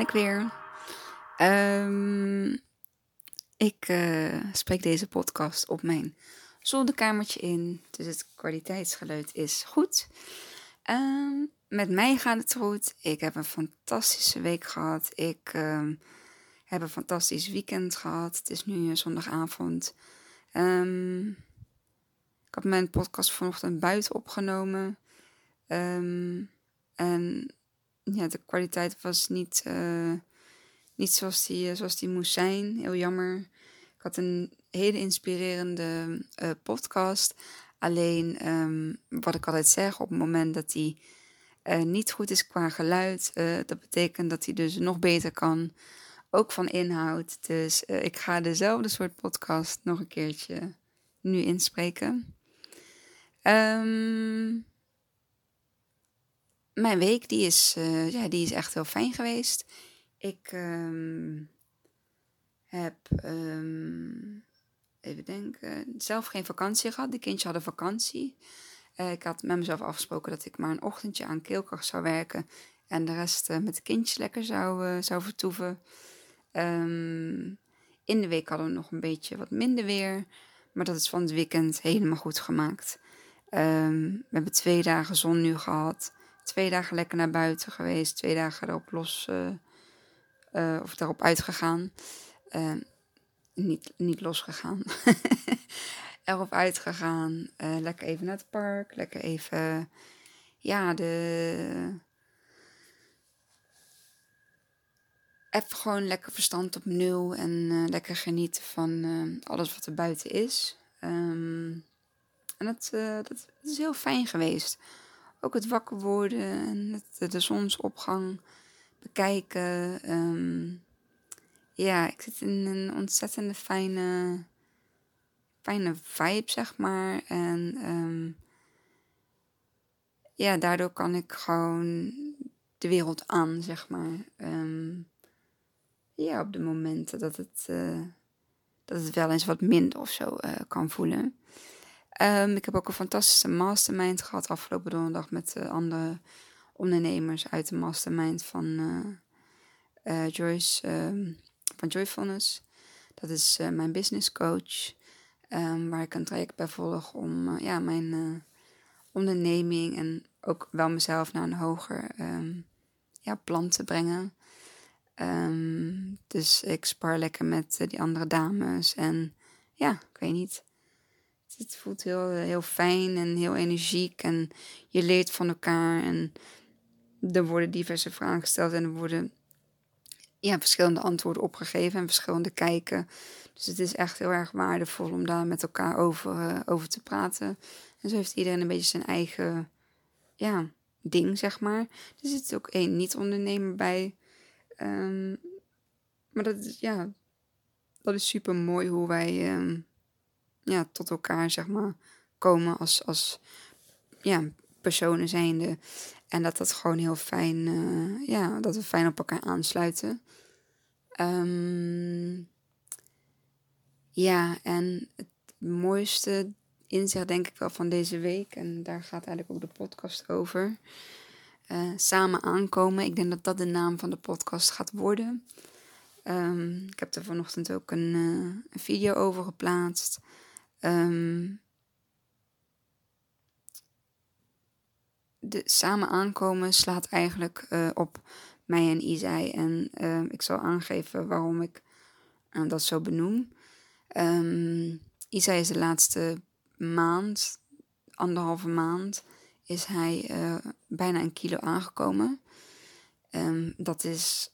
ik weer. Ik spreek deze podcast op mijn zolderkamertje in. Dus het kwaliteitsgeluid is goed. Met mij gaat het goed. Ik heb een fantastische week gehad. Ik heb een fantastisch weekend gehad. Het is nu zondagavond. Ik had mijn podcast vanochtend buiten opgenomen. En ja, de kwaliteit was niet zoals die moest zijn. Heel jammer. Ik had een hele inspirerende podcast. Alleen, wat ik altijd zeg, op het moment dat die niet goed is qua geluid, dat betekent dat hij dus nog beter kan. Ook van inhoud. Dus ik ga dezelfde soort podcast nog een keertje nu inspreken. Mijn week die is echt heel fijn geweest. Ik heb, even denken, zelf geen vakantie gehad. De kindjes hadden vakantie. Ik had met mezelf afgesproken dat ik maar een ochtendje aan keelkracht zou werken. En de rest met de kindjes lekker zou vertoeven. In de week hadden we nog een beetje wat minder weer. Maar dat is van het weekend helemaal goed gemaakt. We hebben 2 dagen zon nu gehad. 2 dagen lekker naar buiten geweest. 2 dagen erop daarop uitgegaan. Niet losgegaan. Erop uitgegaan. Lekker even naar het park. Lekker even, even gewoon lekker verstand op nul. En lekker genieten van alles wat er buiten is. En dat is heel fijn geweest. Ook het wakker worden en de zonsopgang bekijken. Ik zit in een ontzettende fijne vibe, zeg maar. En daardoor kan ik gewoon de wereld aan, zeg maar. Op de momenten dat het wel eens wat minder of zo kan voelen. Ik heb ook een fantastische mastermind gehad afgelopen donderdag met andere ondernemers uit de mastermind van Joyce van Joyfulness. Dat is mijn business coach, waar ik een traject bij volg om mijn onderneming en ook wel mezelf naar een hoger plan te brengen. Dus ik spar lekker met die andere dames en ik weet niet. Het voelt heel fijn en heel energiek en je leert van elkaar en er worden diverse vragen gesteld en er worden verschillende antwoorden opgegeven en verschillende kijken. Dus het is echt heel erg waardevol om daar met elkaar over te praten. En zo heeft iedereen een beetje zijn eigen ding, zeg maar. Er zit ook 1 niet-ondernemer bij. Maar dat is super mooi hoe wij tot elkaar, zeg maar, komen als personen zijnde. En dat gewoon heel fijn, dat we fijn op elkaar aansluiten. En het mooiste inzicht denk ik wel van deze week, en daar gaat eigenlijk ook de podcast over. Samen aankomen, ik denk dat dat de naam van de podcast gaat worden. Ik heb er vanochtend ook een video over geplaatst. De samen aankomen slaat eigenlijk op mij en Isai. En ik zal aangeven waarom ik dat zo benoem. Isai is de laatste maand, 1,5 maand, is hij bijna 1 kilo aangekomen. Dat is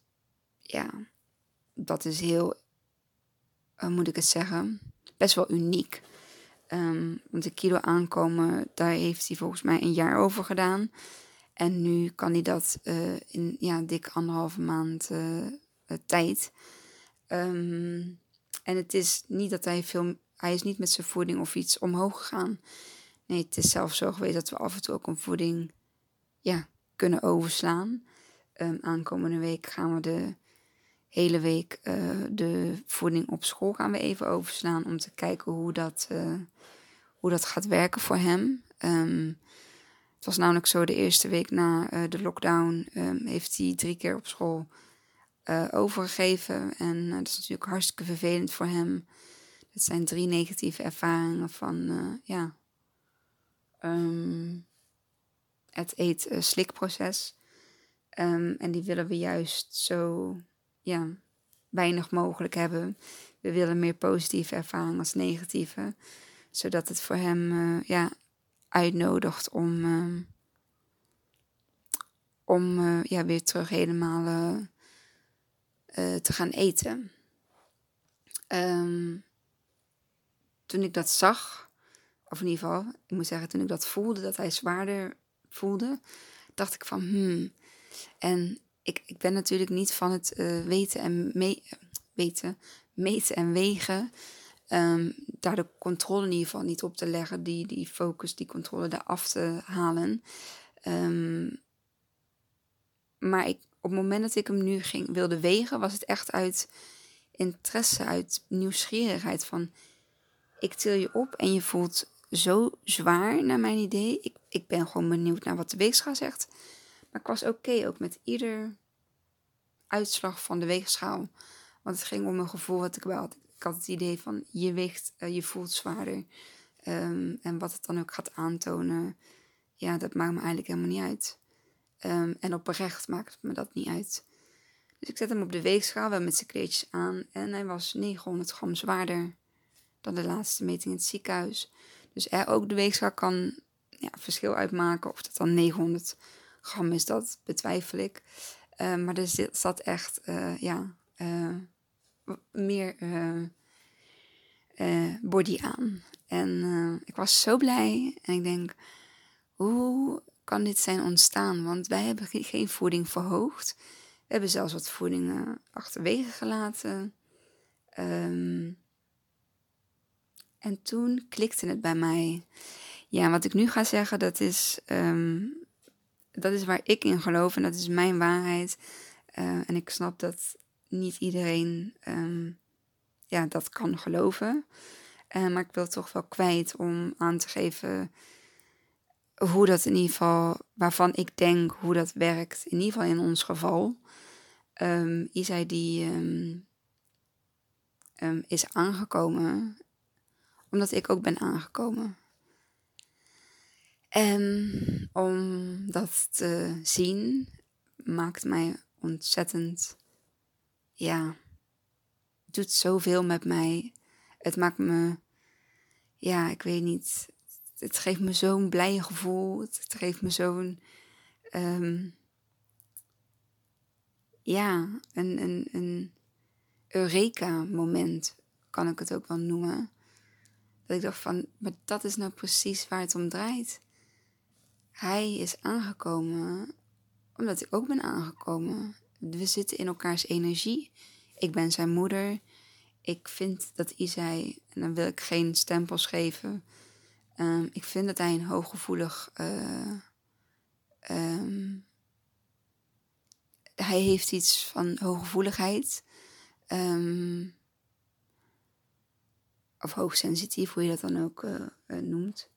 heel, hoe moet ik het zeggen, best wel uniek. Want 1 kilo aankomen, daar heeft hij volgens mij 1 jaar over gedaan. En nu kan hij dat in dik 1,5 maand tijd. En het is niet dat hij is niet met zijn voeding of iets omhoog gegaan. Nee, het is zelfs zo geweest dat we af en toe ook een voeding kunnen overslaan. Aankomende week gaan we de hele week de voeding op school gaan we even overslaan om te kijken hoe dat gaat werken voor hem. Het was namelijk zo, de eerste week na de lockdown heeft hij 3 keer op school overgegeven. En dat is natuurlijk hartstikke vervelend voor hem. Het zijn 3 negatieve ervaringen van het eet-slikproces. En die willen we juist zo weinig mogelijk hebben. We willen meer positieve ervaringen als negatieve. Zodat het voor hem uitnodigt om weer terug helemaal te gaan eten. Toen ik dat zag, of in ieder geval, ik moet zeggen, toen ik dat voelde, dat hij zwaarder voelde, dacht ik van, En ik ben natuurlijk niet van het meten en wegen. Daar de controle in ieder geval niet op te leggen, die focus, die controle daar af te halen. Maar op het moment dat ik hem nu wilde wegen, was het echt uit interesse, uit nieuwsgierigheid van, ik til je op en je voelt zo zwaar naar mijn idee. Ik ben gewoon benieuwd naar wat de weegschaal zegt. Maar ik was oké ook met ieder uitslag van de weegschaal. Want het ging om een gevoel wat ik wel had. Ik had het idee van, je weegt, je voelt zwaarder. En wat het dan ook gaat aantonen, dat maakt me eigenlijk helemaal niet uit. En oprecht maakt het me dat niet uit. Dus ik zet hem op de weegschaal, wel met zijn kleedjes aan. En hij was 900 gram zwaarder dan de laatste meting in het ziekenhuis. Dus ook de weegschaal kan verschil uitmaken. Of dat dan 900 gram is, dat betwijfel ik. Maar er zat echt meer body aan. En ik was zo blij. En ik denk, hoe kan dit zijn ontstaan? Want wij hebben geen voeding verhoogd. We hebben zelfs wat voeding achterwege gelaten. En toen klikte het bij mij. Ja, wat ik nu ga zeggen, dat is waar ik in geloof en dat is mijn waarheid. En ik snap dat niet iedereen dat kan geloven. Maar ik wil het toch wel kwijt om aan te geven hoe dat in ieder geval, waarvan ik denk hoe dat werkt. In ieder geval in ons geval. Isai die is aangekomen omdat ik ook ben aangekomen. En om dat te zien maakt mij ontzettend, doet zoveel met mij. Het maakt me, ik weet niet, het geeft me zo'n blij gevoel. Het geeft me zo'n, een Eureka-moment, kan ik het ook wel noemen. Dat ik dacht van, maar dat is nou precies waar het om draait. Hij is aangekomen omdat ik ook ben aangekomen. We zitten in elkaars energie. Ik ben zijn moeder. Ik vind dat Isai, en dan wil ik geen stempels geven. Ik vind dat hij een hooggevoelig... hij heeft iets van hooggevoeligheid. Of hoogsensitief, hoe je dat dan ook noemt.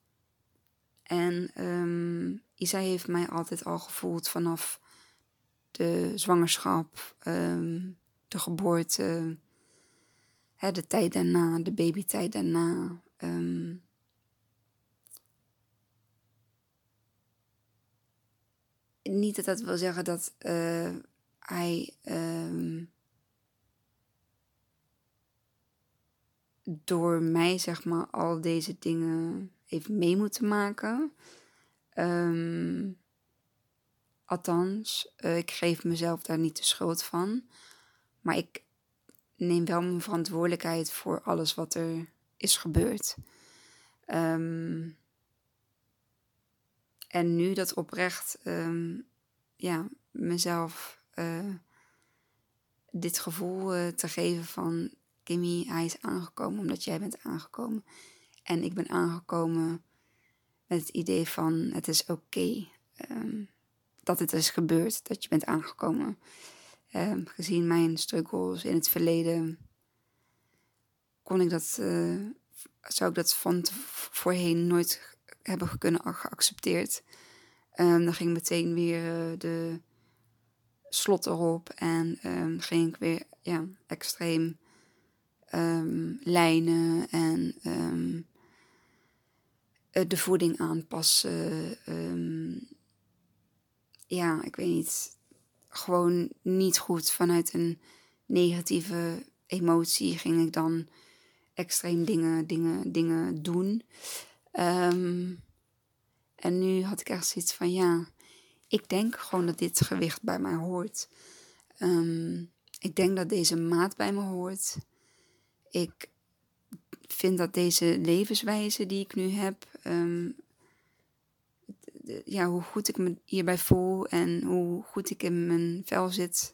En Isai heeft mij altijd al gevoeld vanaf de zwangerschap, de geboorte, de tijd daarna, de babytijd daarna. Niet dat dat wil zeggen dat hij door mij, zeg maar, al deze dingen heeft mee moeten maken. Althans, ik geef mezelf daar niet de schuld van. Maar ik neem wel mijn verantwoordelijkheid voor alles wat er is gebeurd. En nu dat oprecht, mezelf dit gevoel te geven van... Kimmy, hij is aangekomen omdat jij bent aangekomen. En ik ben aangekomen met het idee van... het is oké dat het is gebeurd, dat je bent aangekomen. Gezien mijn struggles in het verleden... zou ik dat van voorheen nooit hebben kunnen geaccepteerd. Dan ging meteen weer slot erop en ging ik weer extreem lijnen en de voeding aanpassen. Ik weet niet. Gewoon niet goed. Vanuit een negatieve emotie ging ik dan extreem dingen doen. En nu had ik echt zoiets van ik denk gewoon dat dit gewicht bij mij hoort. Ik denk dat deze maat bij me hoort. Ik vind dat deze levenswijze die ik nu heb, hoe goed ik me hierbij voel en hoe goed ik in mijn vel zit,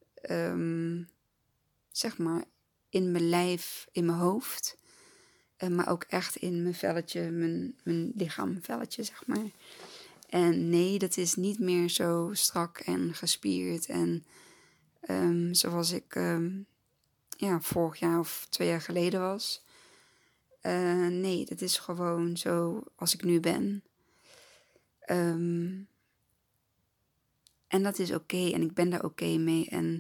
zeg maar in mijn lijf, in mijn hoofd, maar ook echt in mijn velletje, mijn lichaamvelletje, zeg maar. En nee, dat is niet meer zo strak en gespierd en zoals ik vorig jaar of 2 jaar geleden was. Nee, dat is gewoon zo als ik nu ben. En dat is oké en ik ben daar oké mee. En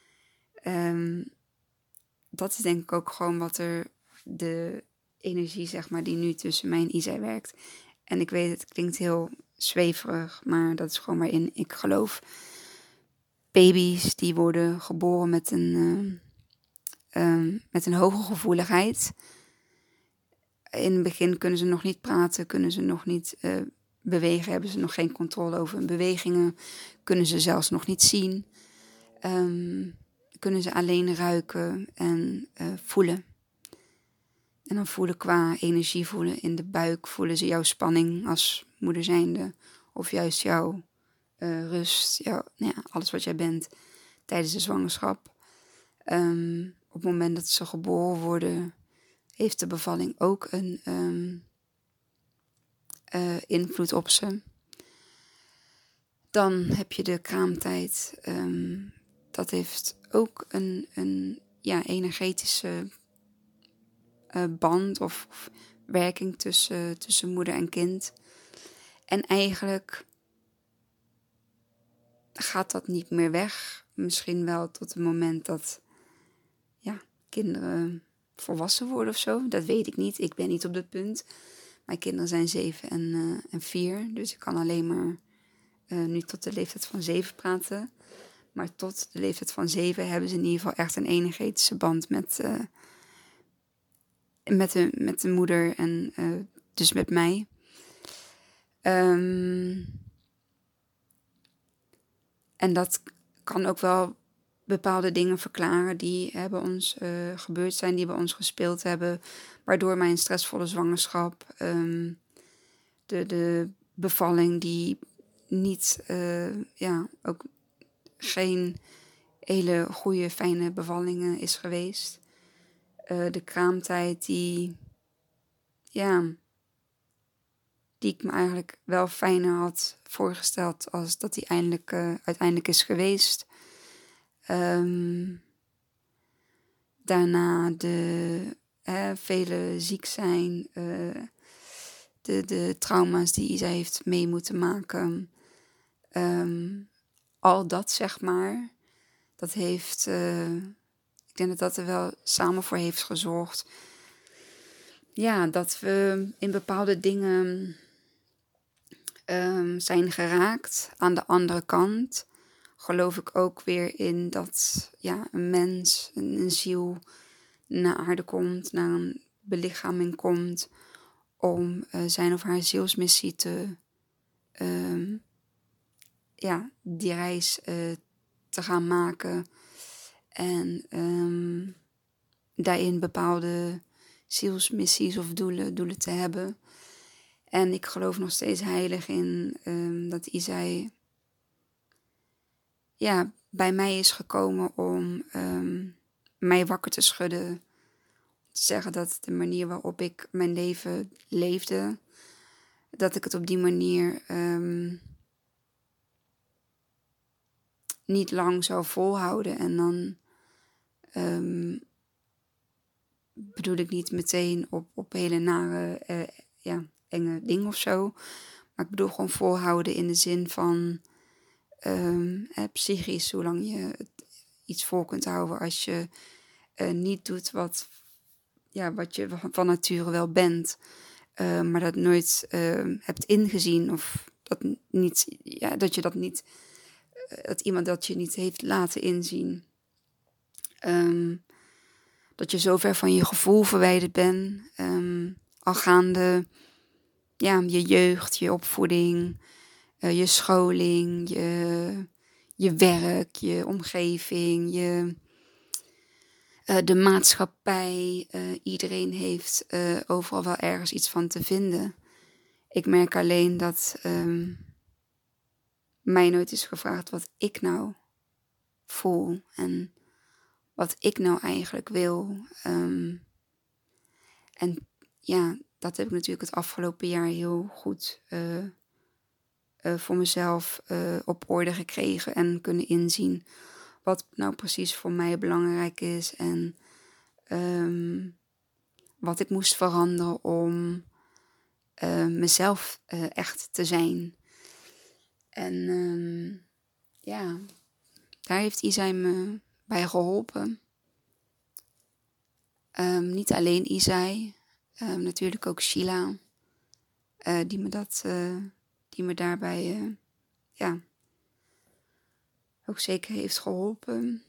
dat is denk ik ook gewoon wat er de energie, zeg maar, die nu tussen mij en Isai werkt. En ik weet, het klinkt heel zweverig, maar dat is gewoon waarin ik geloof. Baby's die worden geboren met een hoge gevoeligheid. In het begin kunnen ze nog niet praten, kunnen ze nog niet bewegen, hebben ze nog geen controle over hun bewegingen, kunnen ze zelfs nog niet zien, kunnen ze alleen ruiken en voelen. En dan voelen qua energie voelen in de buik, voelen ze jouw spanning als moeder zijnde, of juist jouw rust, alles wat jij bent tijdens de zwangerschap. Op het moment dat ze geboren worden, heeft de bevalling ook een invloed op ze. Dan heb je de kraamtijd. Dat heeft ook een energetische band of werking tussen moeder en kind. En eigenlijk gaat dat niet meer weg. Misschien wel tot het moment dat kinderen volwassen worden of zo. Dat weet ik niet. Ik ben niet op dat punt. Mijn kinderen zijn 7 en 4. Dus ik kan alleen maar nu tot de leeftijd van 7 praten. Maar tot de leeftijd van 7 hebben ze in ieder geval echt een energetische band met de moeder en dus met mij. En dat kan ook wel bepaalde dingen verklaren die hebben ons gebeurd zijn, die bij ons gespeeld hebben, waardoor mijn stressvolle zwangerschap, de bevalling die niet, ook geen hele goede, fijne bevallingen is geweest. De kraamtijd die ik me eigenlijk wel fijner had voorgesteld als dat die uiteindelijk is geweest. Daarna de vele ziek zijn, de trauma's die Isa heeft mee moeten maken. Al dat, zeg maar, dat heeft, ik denk dat dat er wel samen voor heeft gezorgd. Ja, dat we in bepaalde dingen zijn geraakt. Aan de andere kant geloof ik ook weer in dat een mens, een ziel naar aarde komt, naar een belichaming komt om zijn of haar zielsmissie die reis te gaan maken en daarin bepaalde zielsmissies of doelen te hebben. En ik geloof nog steeds heilig in dat Isai bij mij is gekomen om mij wakker te schudden. Te zeggen dat de manier waarop ik mijn leven leefde, dat ik het op die manier niet lang zou volhouden. En dan bedoel ik niet meteen op hele nare, enge dingen of zo. Maar ik bedoel gewoon volhouden in de zin van psychisch, zolang je het iets vol kunt houden als je niet doet wat je van nature wel bent, maar dat nooit hebt ingezien of dat je dat niet, dat iemand dat je niet heeft laten inzien. Dat je zo ver van je gevoel verwijderd bent, al gaande je jeugd, je opvoeding, je scholing, je werk, je omgeving, de maatschappij. Iedereen heeft overal wel ergens iets van te vinden. Ik merk alleen dat mij nooit is gevraagd wat ik nou voel en wat ik nou eigenlijk wil. En ja, dat heb ik natuurlijk het afgelopen jaar heel goed voor mezelf op orde gekregen en kunnen inzien wat nou precies voor mij belangrijk is en wat ik moest veranderen om mezelf echt te zijn. En daar heeft Isai me bij geholpen. Niet alleen Isai, natuurlijk ook Sheila, die me daarbij ook zeker heeft geholpen.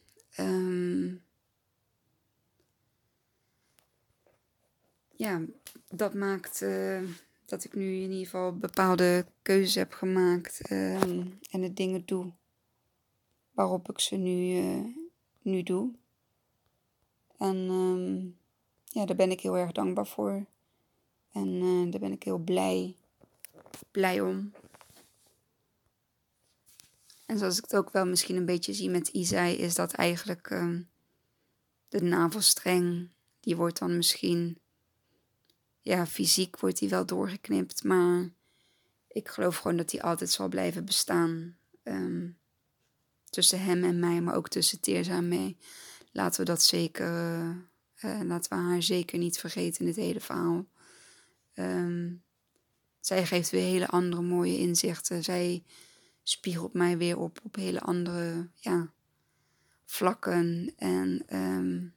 Dat maakt dat ik nu in ieder geval bepaalde keuzes heb gemaakt en de dingen doe waarop ik ze nu doe. En daar ben ik heel erg dankbaar voor. En daar ben ik heel blij om. En zoals ik het ook wel misschien een beetje zie met Isai, is dat eigenlijk de navelstreng, die wordt dan misschien, fysiek wordt die wel doorgeknipt, maar ik geloof gewoon dat die altijd zal blijven bestaan. Tussen hem en mij, maar ook tussen Teersa en mij. Laten we dat zeker, laten we haar zeker niet vergeten in dit hele verhaal. Zij geeft weer hele andere mooie inzichten. Zij spiegelt mij weer op hele andere vlakken. En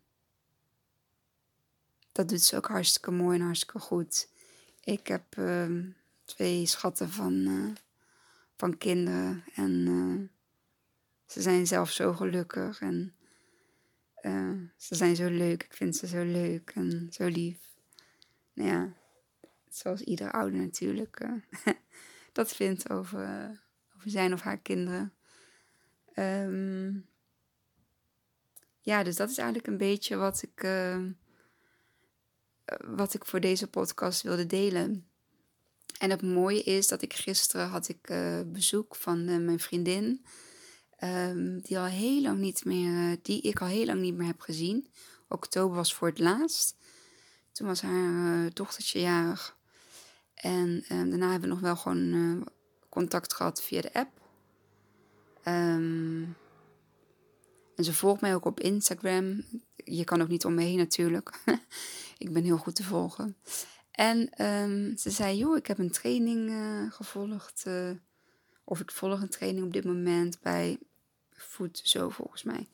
dat doet ze ook hartstikke mooi en hartstikke goed. Ik heb 2 schatten van kinderen. En ze zijn zelf zo gelukkig. En ze zijn zo leuk. Ik vind ze zo leuk en zo lief. Nou ja, zoals ieder ouder natuurlijk dat vindt over zijn of haar kinderen. Dus dat is eigenlijk een beetje wat ik voor deze podcast wilde delen. En het mooie is dat gisteren had ik bezoek van mijn vriendin. Die ik al heel lang niet meer heb gezien. Oktober was voor het laatst. Toen was haar dochtertje jarig. En daarna hebben we nog wel gewoon contact gehad via de app. En ze volgt mij ook op Instagram. Je kan ook niet om me heen natuurlijk. Ik ben heel goed te volgen. En ze zei, joh, ik heb een training gevolgd. Of ik volg een training op dit moment bij Food Zo volgens mij.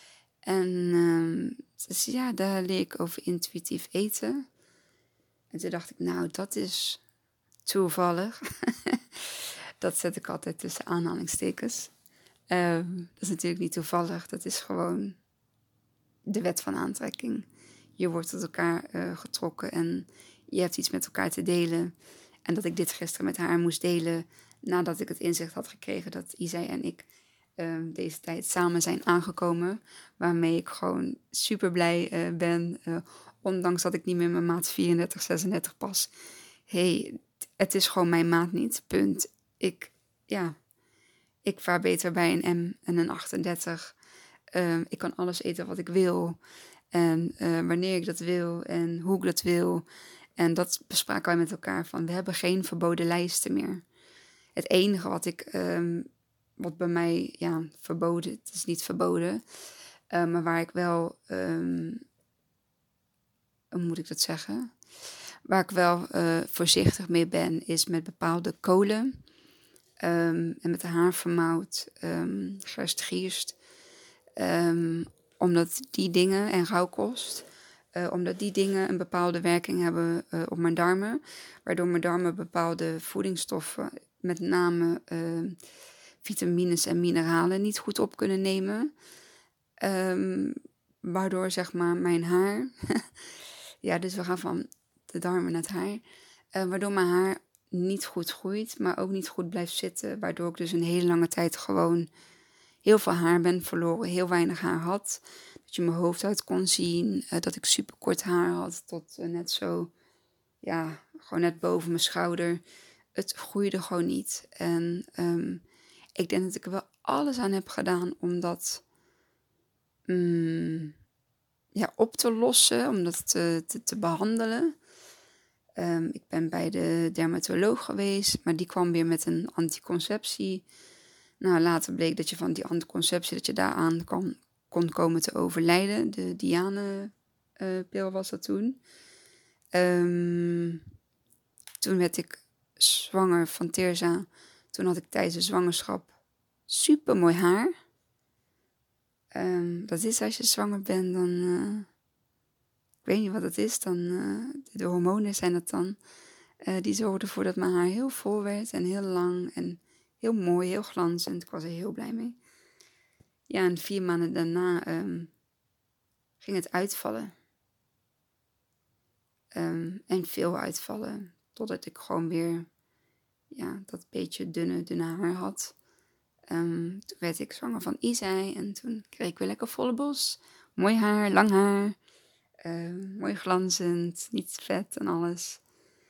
En ze zei, ja, daar leer ik over intuïtief eten. En toen dacht ik, nou, dat is toevallig. Dat zet ik altijd tussen aanhalingstekens. Dat is natuurlijk niet toevallig. Dat is gewoon de wet van aantrekking. Je wordt tot elkaar getrokken en je hebt iets met elkaar te delen. En dat ik dit gisteren met haar moest delen nadat ik het inzicht had gekregen dat Isai en ik deze tijd samen zijn aangekomen. Waarmee ik gewoon super blij ben. Ondanks dat ik niet meer mijn maat 34, 36 pas. Het is gewoon mijn maat niet. Punt. Ik vaar beter bij een M en een 38. Ik kan alles eten wat ik wil. En wanneer ik dat wil en hoe ik dat wil. En dat bespraken wij met elkaar van, we hebben geen verboden lijsten meer. Het enige wat bij mij, verboden, het is niet verboden. Maar waar ik wel, hoe moet ik dat zeggen? Waar ik wel voorzichtig mee ben, is met bepaalde kolen. En met haarvermout, gerst, omdat die dingen en rauwkost, omdat die dingen een bepaalde werking hebben op mijn darmen, waardoor mijn darmen bepaalde voedingsstoffen, met name vitamines en mineralen, niet goed op kunnen nemen. Waardoor zeg maar mijn haar, ja, dus we gaan van de darmen naar het haar, waardoor mijn haar niet goed groeit, maar ook niet goed blijft zitten, waardoor ik dus een hele lange tijd gewoon heel veel haar ben verloren, heel weinig haar had. Dat je mijn hoofd uit kon zien, dat ik super kort haar had, tot net zo, ja, gewoon net boven mijn schouder. Het groeide gewoon niet. En ik denk dat ik er wel alles aan heb gedaan om dat op te lossen, om dat te behandelen. Ik ben bij de dermatoloog geweest, maar die kwam weer met een anticonceptie. Nou, later bleek dat je van die anticonceptie, dat je daaraan kon komen te overlijden. De Diane-pil was dat toen. Toen werd ik zwanger van Tirza. Toen had ik tijdens de zwangerschap super mooi haar. Dat is als je zwanger bent, dan... ik weet niet wat het is, dan... de hormonen zijn het dan. Die zorgden ervoor dat mijn haar heel vol werd en heel lang en heel mooi, heel glanzend. Ik was er heel blij mee. Ja, en 4 maanden daarna ging het uitvallen. En veel uitvallen. Totdat ik gewoon weer dat beetje dunne haar had. Toen werd ik zwanger van Isai. En toen kreeg ik weer lekker volle bos. Mooi haar, lang haar. Mooi glanzend, niet vet en alles.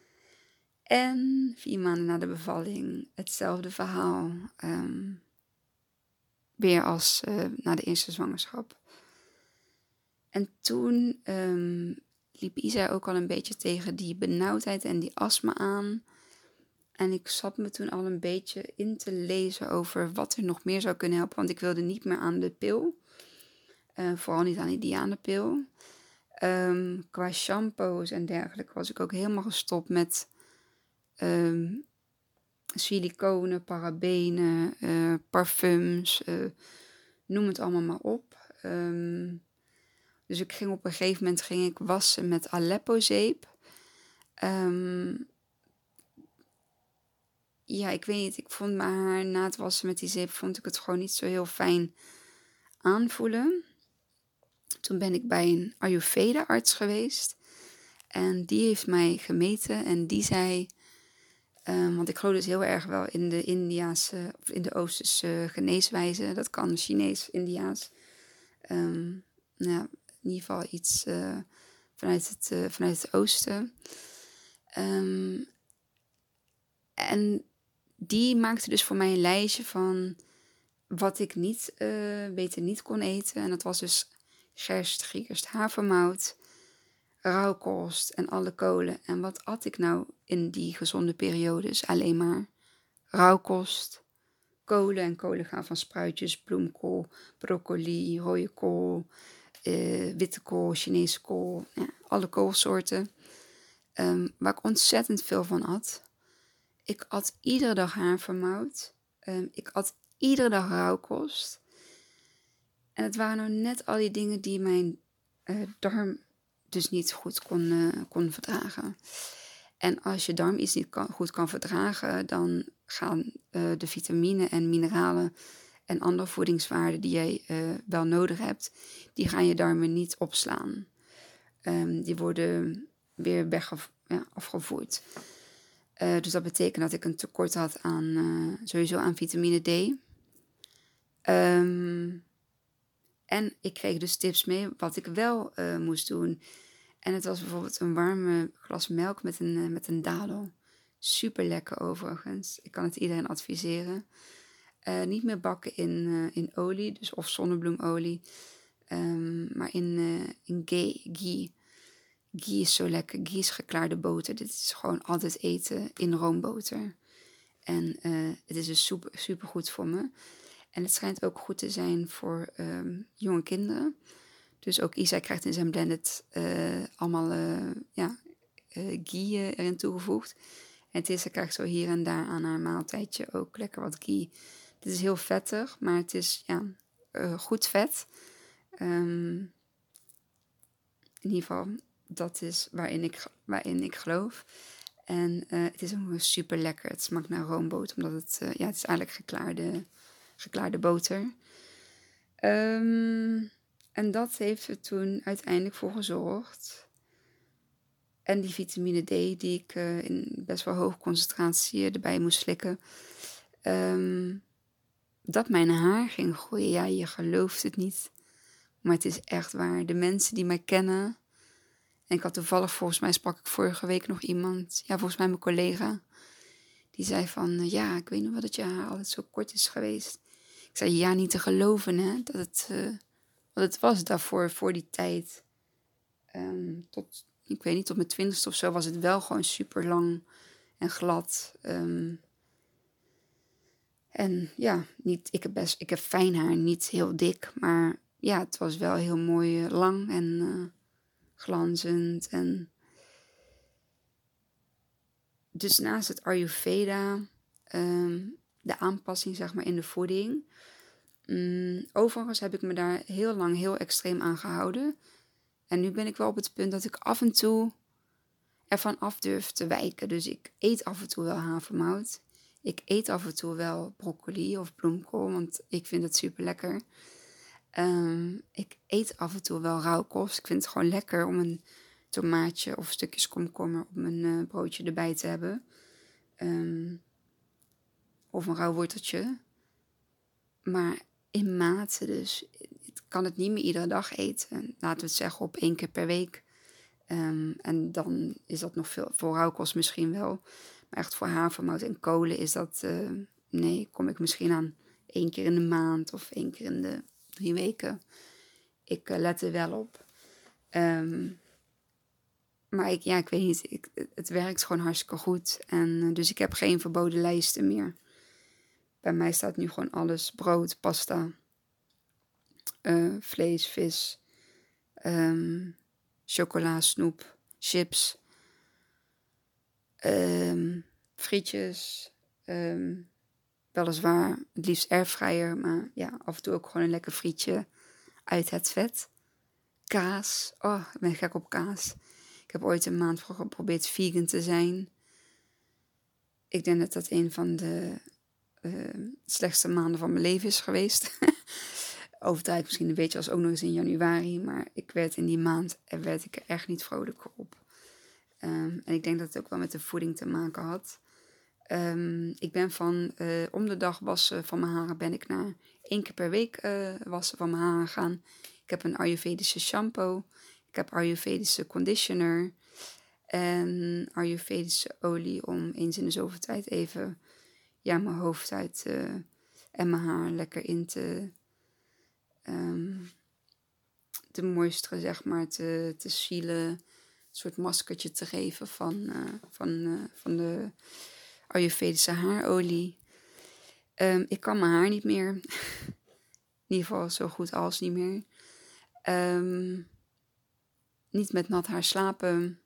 En 4 maanden na de bevalling hetzelfde verhaal. Weer als na de eerste zwangerschap. En toen liep Isa ook al een beetje tegen die benauwdheid en die astma aan. En ik zat me toen al een beetje in te lezen over wat er nog meer zou kunnen helpen. Want ik wilde niet meer aan de pil. Vooral niet aan die Diane-pil. Qua shampoos en dergelijke was ik ook helemaal gestopt met siliconen, parabenen, parfums. Noem het allemaal maar op. Dus ik ging op een gegeven moment wassen met Aleppo-zeep. Ja, ik weet niet. Ik vond mijn haar na het wassen met die zeep, vond ik het gewoon niet zo heel fijn aanvoelen. Toen ben ik bij een Ayurveda-arts geweest. En die heeft mij gemeten en die zei... want ik geloof dus heel erg wel in de Indiase of in de Oosterse geneeswijze. Dat kan Chinees, Indiaas. In ieder geval iets vanuit het oosten. En die maakte dus voor mij een lijstje van wat ik beter niet kon eten. En dat was dus gerst, havermout, rauwkost en alle kolen. En wat at ik nou in die gezonde periodes? Alleen maar rauwkost, kolen. En kolen gaan van spruitjes, bloemkool, broccoli, rode kool, witte kool, Chinese kool. Ja, alle koolsoorten. Waar ik ontzettend veel van at. Ik at iedere dag havermout. Ik at iedere dag rauwkost. En het waren nou net al die dingen die mijn darm dus niet goed kon verdragen. En als je darm iets niet goed kan verdragen, dan gaan de vitamine en mineralen en andere voedingswaarden die jij wel nodig hebt, die gaan je darmen niet opslaan. Die worden weer afgevoerd. Dus dat betekent dat ik een tekort had sowieso aan vitamine D. En ik kreeg dus tips mee wat ik wel moest doen. En het was bijvoorbeeld een warme glas melk met een dadel. Super lekker overigens. Ik kan het iedereen adviseren. Niet meer bakken in olie, dus of zonnebloemolie. Maar in ghee. Ghee is zo lekker. Ghee is geklaarde boter. Dit is gewoon altijd eten in roomboter. En het is dus super, super goed voor me. En het schijnt ook goed te zijn voor jonge kinderen. Dus ook Isai krijgt in zijn blended allemaal ghee erin toegevoegd. En Tissa krijgt zo hier en daar aan haar maaltijdje ook lekker wat ghee. Dit is heel vettig, maar het is goed vet. In ieder geval, dat is waarin ik geloof. En het is ook super lekker. Het smaakt naar roomboter, omdat het is eigenlijk geklaarde boter. En dat heeft er toen uiteindelijk voor gezorgd. En die vitamine D die ik in best wel hoge concentratie erbij moest slikken. Dat mijn haar ging groeien. Ja, je gelooft het niet. Maar het is echt waar. De mensen die mij kennen. En ik had toevallig, volgens mij sprak ik vorige week nog iemand. Ja, volgens mij mijn collega. Die zei van, ik weet nog wel dat je haar altijd zo kort is geweest. Ik zei, ja, niet te geloven hè. Dat het, wat het was daarvoor, voor die tijd. Ik weet niet, tot mijn 20ste of zo was het wel gewoon super lang en glad. En ja, ik heb fijn haar, niet heel dik. Maar ja, het was wel heel mooi lang en glanzend. En dus naast het Ayurveda, de aanpassing zeg maar in de voeding. Overigens heb ik me daar heel lang heel extreem aan gehouden. En nu ben ik wel op het punt dat ik af en toe ervan af durf te wijken. Dus ik eet af en toe wel havermout. Ik eet af en toe wel broccoli of bloemkool, want ik vind het super lekker. Ik eet af en toe wel rauwkost. Ik vind het gewoon lekker om een tomaatje of stukjes komkommer op mijn broodje erbij te hebben. Of een rauw worteltje. Maar in mate dus. Ik kan het niet meer iedere dag eten. Laten we het zeggen op 1 keer per week. En dan is dat nog veel. Voor rauwkost misschien wel. Maar echt voor havermout en kolen is dat... nee, kom ik misschien aan 1 keer in de maand of 1 keer in de 3 weken. Ik let er wel op. Maar ik weet niet. Het werkt gewoon hartstikke goed. En dus ik heb geen verboden lijsten meer. Bij mij staat nu gewoon alles. Brood, pasta, vlees, vis, chocola, snoep, chips, frietjes. Weliswaar het liefst airfryer, maar ja, af en toe ook gewoon een lekker frietje uit het vet. Kaas. Oh, ik ben gek op kaas. Ik heb ooit een maand geprobeerd vegan te zijn. Ik denk dat dat een van de slechtste maanden van mijn leven is geweest. Overdrijf misschien een beetje als ook nog eens in januari. Maar ik werd in die maand werd ik er echt niet vrolijk op. En ik denk dat het ook wel met de voeding te maken had. Ik ben van om de dag wassen van mijn haren ben ik naar 1 keer per week wassen van mijn haren gaan. Ik heb een Ayurvedische shampoo. Ik heb Ayurvedische conditioner. En Ayurvedische olie om eens in de zoveel tijd even mijn hoofd uit en mijn haar lekker in te moisteren, zeg maar, te sielen. Een soort maskertje te geven van de Ayurvedische haarolie. Ik kan mijn haar niet meer. In ieder geval zo goed als niet meer. Niet met nat haar slapen.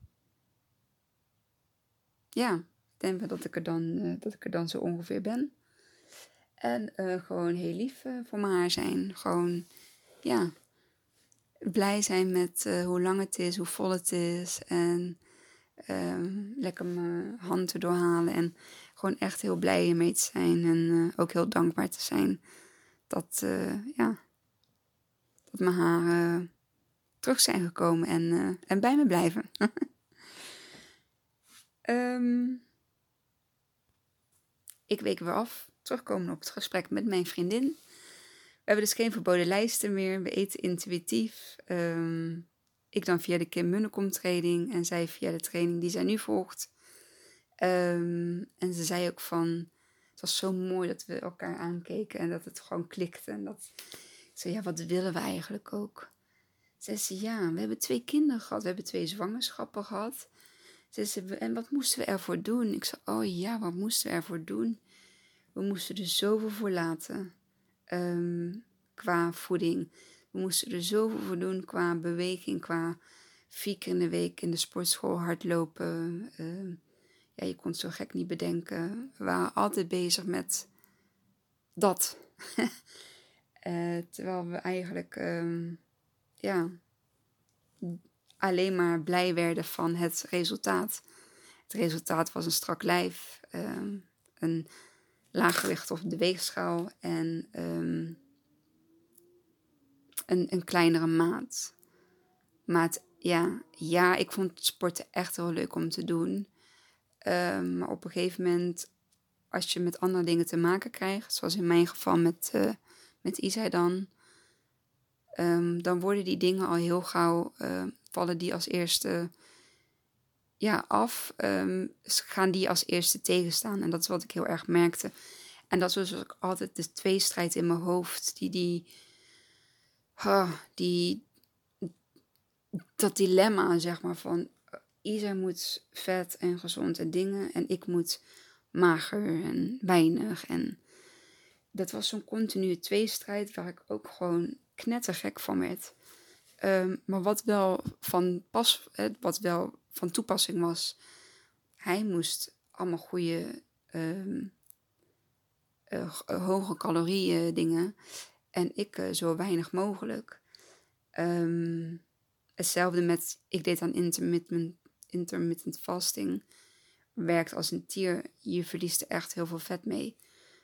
Ja, ik denk wel dat ik er dan zo ongeveer ben. En gewoon heel lief voor mijn haar zijn. Gewoon, blij zijn met hoe lang het is, hoe vol het is. En lekker mijn handen doorhalen. En gewoon echt heel blij ermee te zijn. En ook heel dankbaar te zijn dat mijn haren terug zijn gekomen en bij me blijven. Ik week weer af. Terugkomen op het gesprek met mijn vriendin. We hebben dus geen verboden lijsten meer. We eten intuïtief. Ik dan via de Kim Munnekom training. En zij via de training die zij nu volgt. En ze zei ook van... Het was zo mooi dat we elkaar aankeken. En dat het gewoon klikte. En dat ik zei, wat willen we eigenlijk ook? Ze zei, we hebben 2 kinderen gehad. We hebben 2 zwangerschappen gehad. Ze zei, en wat moesten we ervoor doen? Ik zei, wat moesten we ervoor doen? We moesten er zoveel voor laten. Qua voeding. We moesten er zoveel voor doen qua beweging. Qua 4 keer in de week in de sportschool hardlopen. ja, je kon het zo gek niet bedenken. We waren altijd bezig met dat. Terwijl we eigenlijk alleen maar blij werden van het resultaat. Het resultaat was een strak lijf, een laag gewicht op de weegschaal en een kleinere maat. Maar ik vond sporten echt heel leuk om te doen. Maar op een gegeven moment, als je met andere dingen te maken krijgt, zoals in mijn geval met Isai dan worden die dingen al heel gauw, vallen die als eerste af, gaan die als eerste tegenstaan. En dat is wat ik heel erg merkte. En dat was ook altijd de tweestrijd in mijn hoofd, dat dilemma, zeg maar, van Isa moet vet en gezond en dingen en ik moet mager en weinig. En dat was zo'n continue tweestrijd waar ik ook gewoon knettergek van werd. Maar wat wel van toepassing was, hij moest allemaal goede, hoge calorieën dingen en ik zo weinig mogelijk. Hetzelfde met, ik deed aan intermittent fasting. Werkt als een tier. Je verliest er echt heel veel vet mee.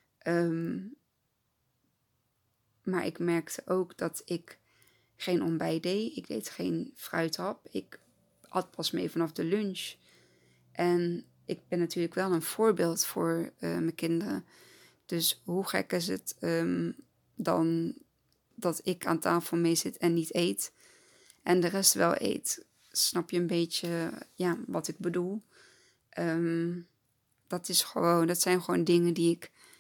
Maar ik merkte ook dat ik geen ontbijt deed. Ik deed geen fruithap. Ik at pas mee vanaf de lunch. En ik ben natuurlijk wel een voorbeeld voor mijn kinderen. Dus hoe gek is het dan dat ik aan tafel mee zit en niet eet. En de rest wel eet. Snap je een beetje wat ik bedoel? Dat zijn gewoon dingen die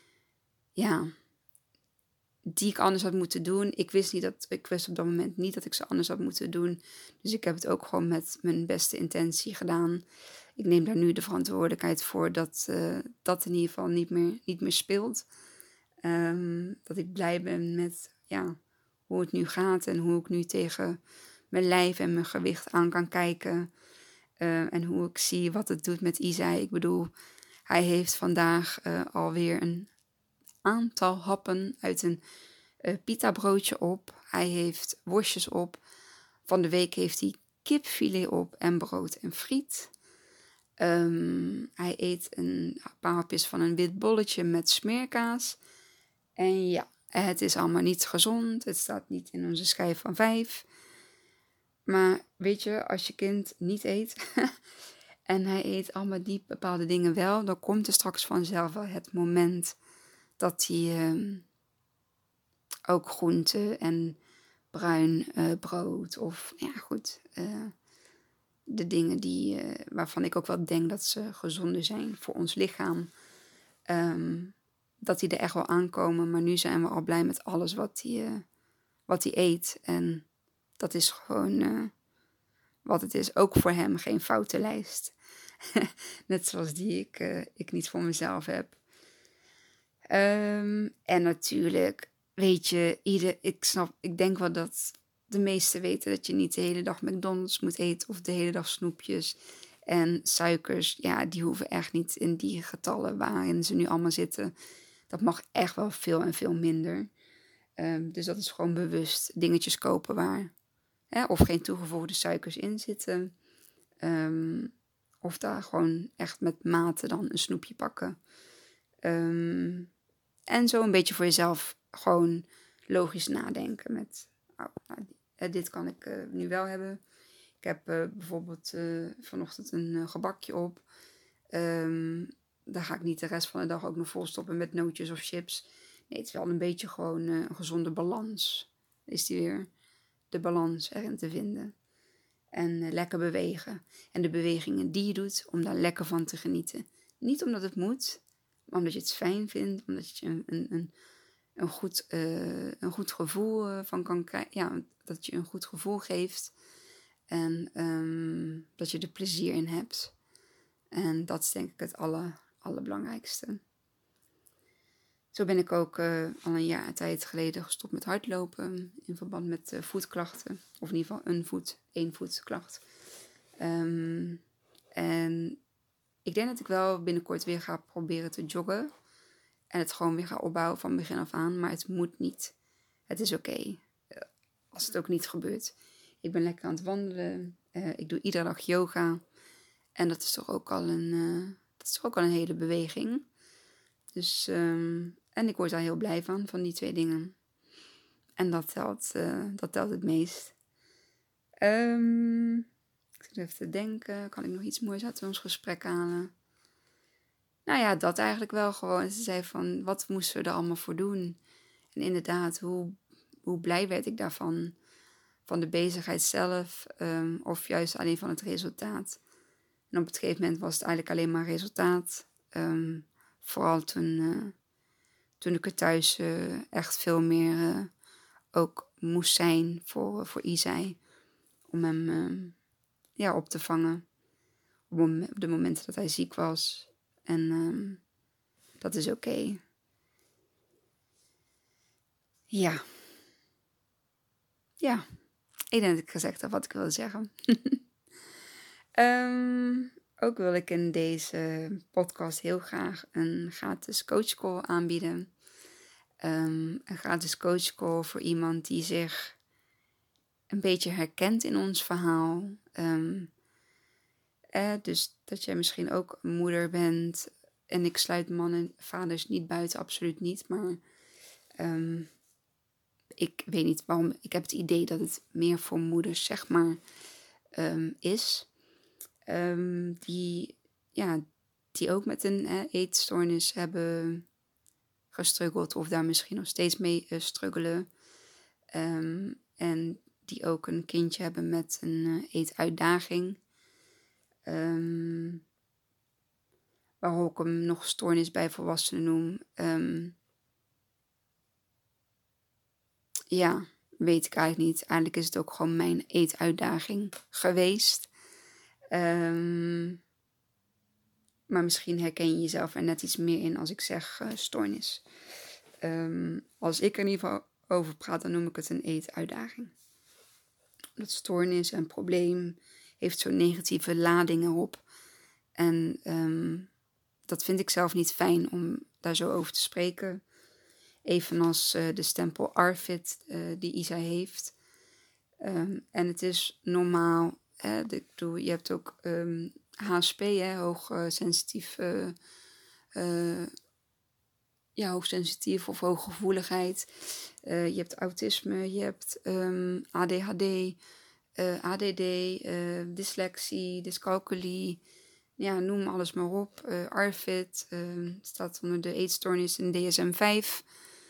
ik anders had moeten doen. Ik wist op dat moment niet dat ik ze anders had moeten doen. Dus ik heb het ook gewoon met mijn beste intentie gedaan. Ik neem daar nu de verantwoordelijkheid voor dat dat in ieder geval niet meer speelt. Dat ik blij ben met hoe het nu gaat en hoe ik nu tegen mijn lijf en mijn gewicht aan kan kijken. En hoe ik zie wat het doet met Isai. Ik bedoel, hij heeft vandaag alweer een aantal happen uit een pita broodje op. Hij heeft worstjes op. Van de week heeft hij kipfilet op en brood en friet. Hij eet een paar hapjes van een wit bolletje met smeerkaas. En ja, het is allemaal niet gezond. Het staat niet in onze schijf van 5. Maar weet je, als je kind niet eet en hij eet allemaal die bepaalde dingen wel, dan komt er straks vanzelf wel het moment dat hij ook groente en bruin brood of de dingen waarvan ik ook wel denk dat ze gezonder zijn voor ons lichaam, dat die er echt wel aankomen. Maar nu zijn we al blij met alles wat hij eet. En dat is gewoon wat het is. Ook voor hem geen foute lijst. Net zoals die ik niet voor mezelf heb. En natuurlijk, weet je, ik denk wel dat de meesten weten dat je niet de hele dag McDonald's moet eten of de hele dag snoepjes. En suikers, die hoeven echt niet in die getallen waarin ze nu allemaal zitten. Dat mag echt wel veel en veel minder. Dus dat is gewoon bewust dingetjes kopen waar of geen toegevoegde suikers in zitten. Of daar gewoon echt met mate dan een snoepje pakken. En zo een beetje voor jezelf gewoon logisch nadenken met, dit kan ik nu wel hebben. Ik heb bijvoorbeeld vanochtend een gebakje op. Daar ga ik niet de rest van de dag ook nog vol stoppen met nootjes of chips. Nee, het is wel een beetje gewoon een gezonde balans. Is die weer de balans erin te vinden. En lekker bewegen. En de bewegingen die je doet, om daar lekker van te genieten. Niet omdat het moet, maar omdat je het fijn vindt. Omdat je een goed gevoel van kan krijgen. Ja, dat je een goed gevoel geeft. En dat je er plezier in hebt. En dat is denk ik het allerbelangrijkste. Zo ben ik ook al een jaar tijd geleden gestopt met hardlopen. In verband met voetklachten. Of in ieder geval één voetklacht. En ik denk dat ik wel binnenkort weer ga proberen te joggen. En het gewoon weer ga opbouwen van begin af aan. Maar het moet niet. Het is oké. Als het ook niet gebeurt. Ik ben lekker aan het wandelen. Ik doe iedere dag yoga. En dat is toch ook al een hele beweging. Dus, en ik word daar heel blij van die 2 dingen. En dat telt het meest. Ik zit even te denken, kan ik nog iets moois uit ons gesprek halen? Nou ja, dat eigenlijk wel gewoon. Ze zei van, wat moesten we er allemaal voor doen? En inderdaad, hoe blij werd ik daarvan? Van de bezigheid zelf, of juist alleen van het resultaat. En op het gegeven moment was het eigenlijk alleen maar resultaat. Vooral toen ik er thuis echt veel meer ook moest zijn voor Isai. Om hem op te vangen. Op de momenten dat hij ziek was. En dat is oké. Ja. Ja. Ik denk dat ik gezegd heb wat ik wilde zeggen. Ook wil ik in deze podcast heel graag een gratis coachcall aanbieden. Een gratis coachcall voor iemand die zich een beetje herkent in ons verhaal. Dus dat jij misschien ook een moeder bent. En ik sluit mannen en vaders niet buiten, absoluut niet. Maar ik weet niet waarom. Ik heb het idee dat het meer voor moeders, zeg maar, is. Die ook met een eetstoornis hebben gestruggeld. Of daar misschien nog steeds mee struggelen. En die ook een kindje hebben met een eetuitdaging. Waarom ik hem nog stoornis bij volwassenen noem. Weet ik eigenlijk niet. Eigenlijk is het ook gewoon mijn eetuitdaging geweest. Maar misschien herken je jezelf er net iets meer in als ik zeg stoornis. Als ik er in ieder geval over praat, dan noem ik het een eetuitdaging. Dat stoornis en probleem heeft zo'n negatieve lading erop. En dat vind ik zelf niet fijn om daar zo over te spreken. Evenals de stempel ARFID die Isai heeft. En het is normaal. Je hebt ook HSP, hoogsensitief. Hoogsensitief of hooggevoeligheid. Je hebt autisme, je hebt ADHD, ADD, dyslexie, dyscalculie. Ja, noem alles maar op. ARFID staat onder de eetstoornis in DSM-5.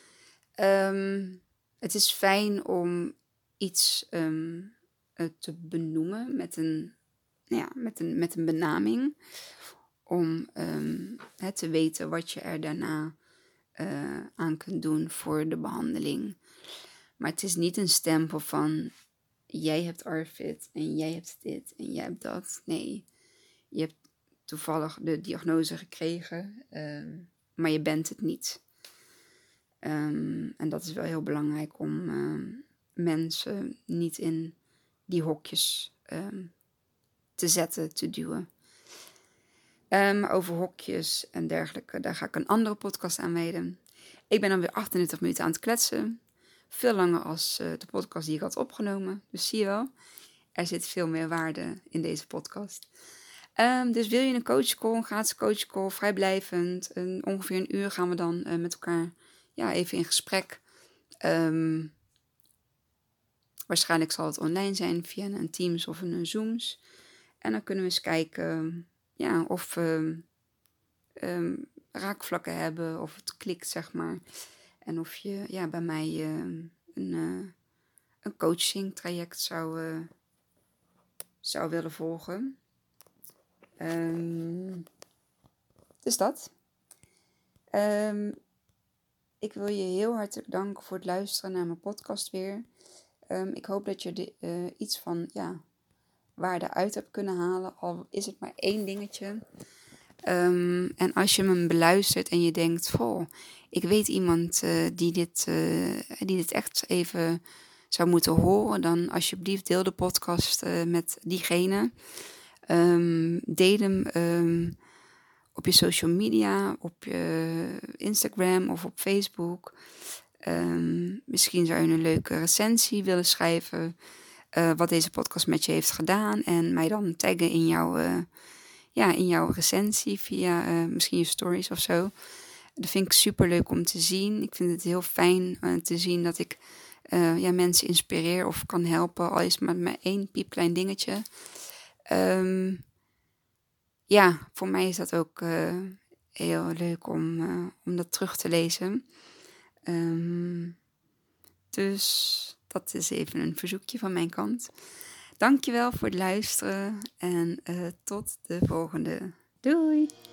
Het is fijn om iets te benoemen met een benaming. Om te weten wat je er daarna aan kunt doen voor de behandeling. Maar het is niet een stempel van jij hebt ARFID en jij hebt dit en jij hebt dat. Nee, je hebt toevallig de diagnose gekregen, maar je bent het niet. En dat is wel heel belangrijk om mensen niet in die hokjes te zetten, te duwen. Over hokjes en dergelijke, daar ga ik een andere podcast aan wijden. Ik ben dan weer 38 minuten aan het kletsen. Veel langer als de podcast die ik had opgenomen. Dus zie je wel, er zit veel meer waarde in deze podcast. Dus wil je een coachcall, een gratis coachcall, vrijblijvend. Ongeveer een uur gaan we dan met elkaar even in gesprek. Waarschijnlijk zal het online zijn via een Teams of een Zooms. En dan kunnen we eens kijken of we raakvlakken hebben, of het klikt, zeg maar. En of je bij mij een coaching traject zou willen volgen. Dus dat. Ik wil je heel hartelijk danken voor het luisteren naar mijn podcast weer. Ik hoop dat je iets van waarde uit hebt kunnen halen. Al is het maar 1 dingetje. En als je me beluistert en je denkt, ik weet iemand die dit echt even zou moeten horen, dan alsjeblieft deel de podcast met diegene. Deel hem op je social media, op je Instagram of op Facebook. Misschien zou je een leuke recensie willen schrijven. Wat deze podcast met je heeft gedaan. En mij dan taggen in jouw recensie via misschien je stories of zo. Dat vind ik super leuk om te zien. Ik vind het heel fijn te zien dat ik mensen inspireer of kan helpen. Al is het maar 1 piepklein dingetje. Voor mij is dat ook heel leuk om dat terug te lezen. Dus dat is even een verzoekje van mijn kant. Dankjewel voor het luisteren en tot de volgende. Doei!